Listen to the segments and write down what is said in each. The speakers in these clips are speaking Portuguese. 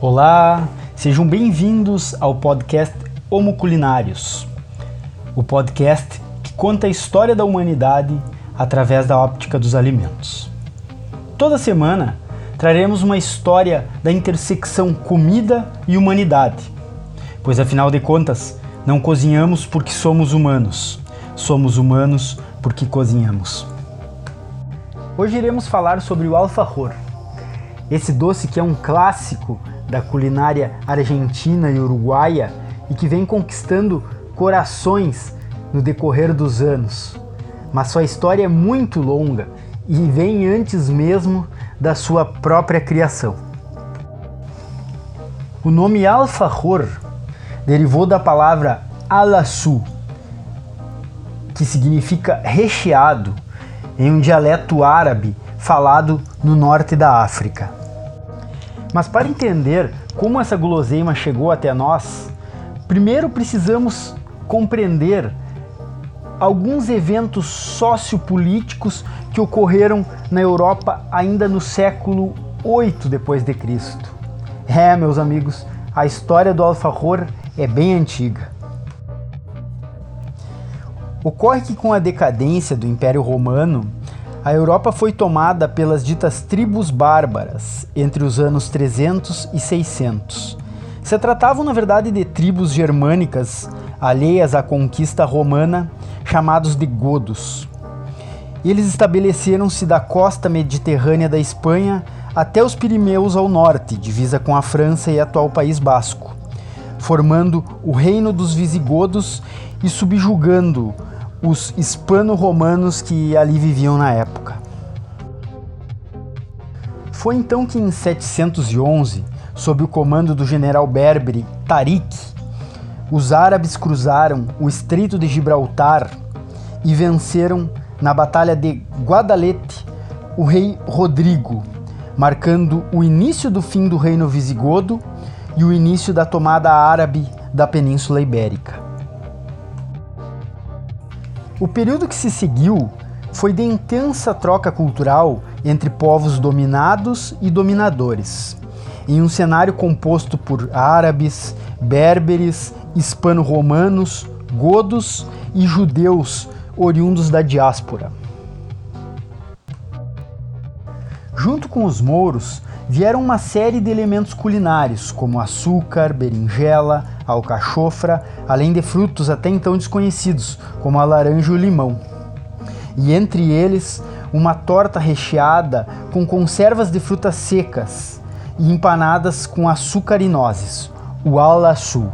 Olá, sejam bem-vindos ao podcast Homo Culinários, o podcast que conta a história da humanidade através da óptica dos alimentos. Toda semana traremos uma história da intersecção comida e humanidade, pois afinal de contas não cozinhamos porque somos humanos porque cozinhamos. Hoje iremos falar sobre o alfajor, esse doce que é um clássico da culinária argentina e uruguaia e que vem conquistando corações no decorrer dos anos. Mas sua história é muito longa e vem antes mesmo da sua própria criação. O nome alfajor derivou da palavra alaçu, que significa recheado, em um dialeto árabe falado no norte da África. Mas para entender como essa guloseima chegou até nós, primeiro precisamos compreender alguns eventos sociopolíticos que ocorreram na Europa ainda no século VIII depois de Cristo. Meus amigos, a história do alfajor é bem antiga. Ocorre que com a decadência do Império Romano, a Europa foi tomada pelas ditas tribos bárbaras entre os anos 300 e 600. Se tratavam, na verdade, de tribos germânicas alheias à conquista romana, chamados de godos. Eles estabeleceram-se da costa mediterrânea da Espanha até os Pirineus ao norte, divisa com a França e atual País Basco, formando o reino dos visigodos e subjugando os hispano-romanos que ali viviam na época. Foi então que em 711, sob o comando do general berbere Tarik, os árabes cruzaram o Estreito de Gibraltar e venceram na Batalha de Guadalete o rei Rodrigo, marcando o início do fim do reino visigodo e o início da tomada árabe da Península Ibérica. O período que se seguiu foi de intensa troca cultural entre povos dominados e dominadores, em um cenário composto por árabes, berberes, hispano-romanos, godos e judeus oriundos da diáspora. Junto com os mouros, vieram uma série de elementos culinários, como açúcar, berinjela, alcachofra, além de frutos até então desconhecidos, como a laranja e o limão. E entre eles, uma torta recheada com conservas de frutas secas e empanadas com açúcar e nozes, o alaçu.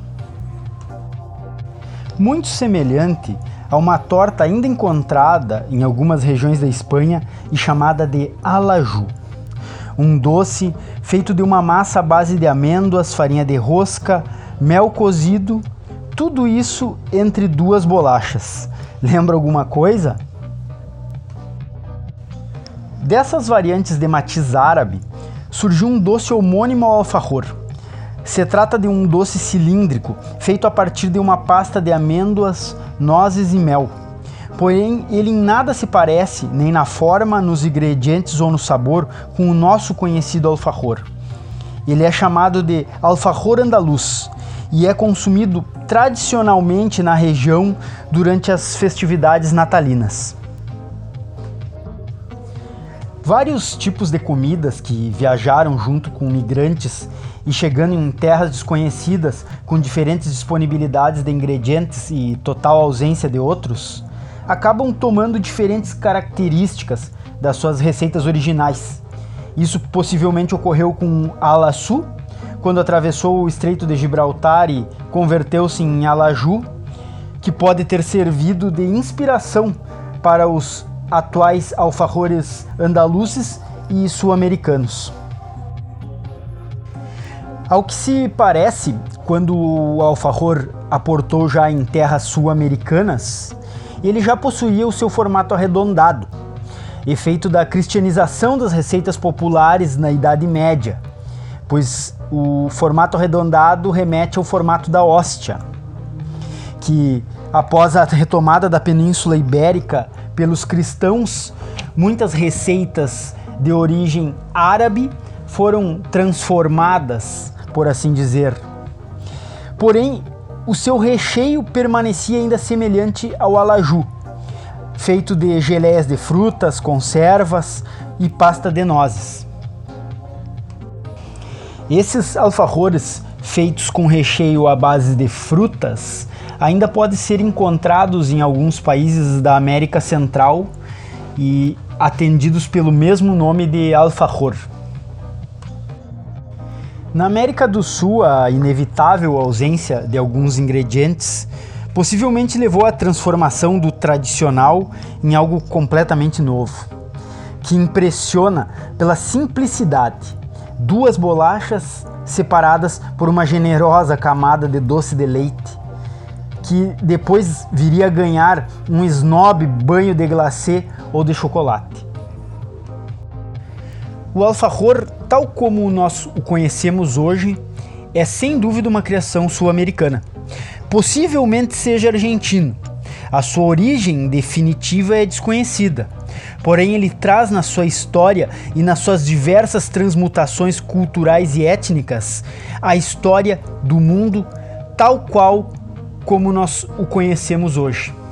Muito semelhante a uma torta ainda encontrada em algumas regiões da Espanha e chamada de alaju. Um doce feito de uma massa à base de amêndoas, farinha de rosca, mel cozido, tudo isso entre duas bolachas. Lembra alguma coisa? Dessas variantes de matiz árabe, surgiu um doce homônimo ao alfajor. Se trata de um doce cilíndrico, feito a partir de uma pasta de amêndoas, nozes e mel. Porém, ele em nada se parece, nem na forma, nos ingredientes ou no sabor, com o nosso conhecido alfajor. Ele é chamado de alfajor andaluz e é consumido tradicionalmente na região durante as festividades natalinas. Vários tipos de comidas que viajaram junto com migrantes e chegando em terras desconhecidas com diferentes disponibilidades de ingredientes e total ausência de outros, acabam tomando diferentes características das suas receitas originais. Isso possivelmente ocorreu com alaçu, quando atravessou o Estreito de Gibraltar e converteu-se em alaju, que pode ter servido de inspiração para os atuais alfajores andaluzes e sul-americanos. Ao que se parece, quando o alfajor aportou já em terras sul-americanas, ele já possuía o seu formato arredondado, efeito da cristianização das receitas populares na Idade Média, pois o formato arredondado remete ao formato da hóstia, que, após a retomada da Península Ibérica pelos cristãos, muitas receitas de origem árabe foram transformadas, por assim dizer. Porém, o seu recheio permanecia ainda semelhante ao alaju, feito de geleias de frutas, conservas e pasta de nozes. Esses alfajores feitos com recheio à base de frutas ainda podem ser encontrados em alguns países da América Central e atendidos pelo mesmo nome de alfajor. Na América do Sul, a inevitável ausência de alguns ingredientes possivelmente levou à transformação do tradicional em algo completamente novo, que impressiona pela simplicidade. 2 bolachas separadas por uma generosa camada de doce de leite, que depois viria a ganhar um snob banho de glacê ou de chocolate. O alfajor, tal como nós o conhecemos hoje, é sem dúvida uma criação sul-americana. Possivelmente seja argentino. A sua origem definitiva é desconhecida. Porém, ele traz na sua história e nas suas diversas transmutações culturais e étnicas a história do mundo tal qual como nós o conhecemos hoje.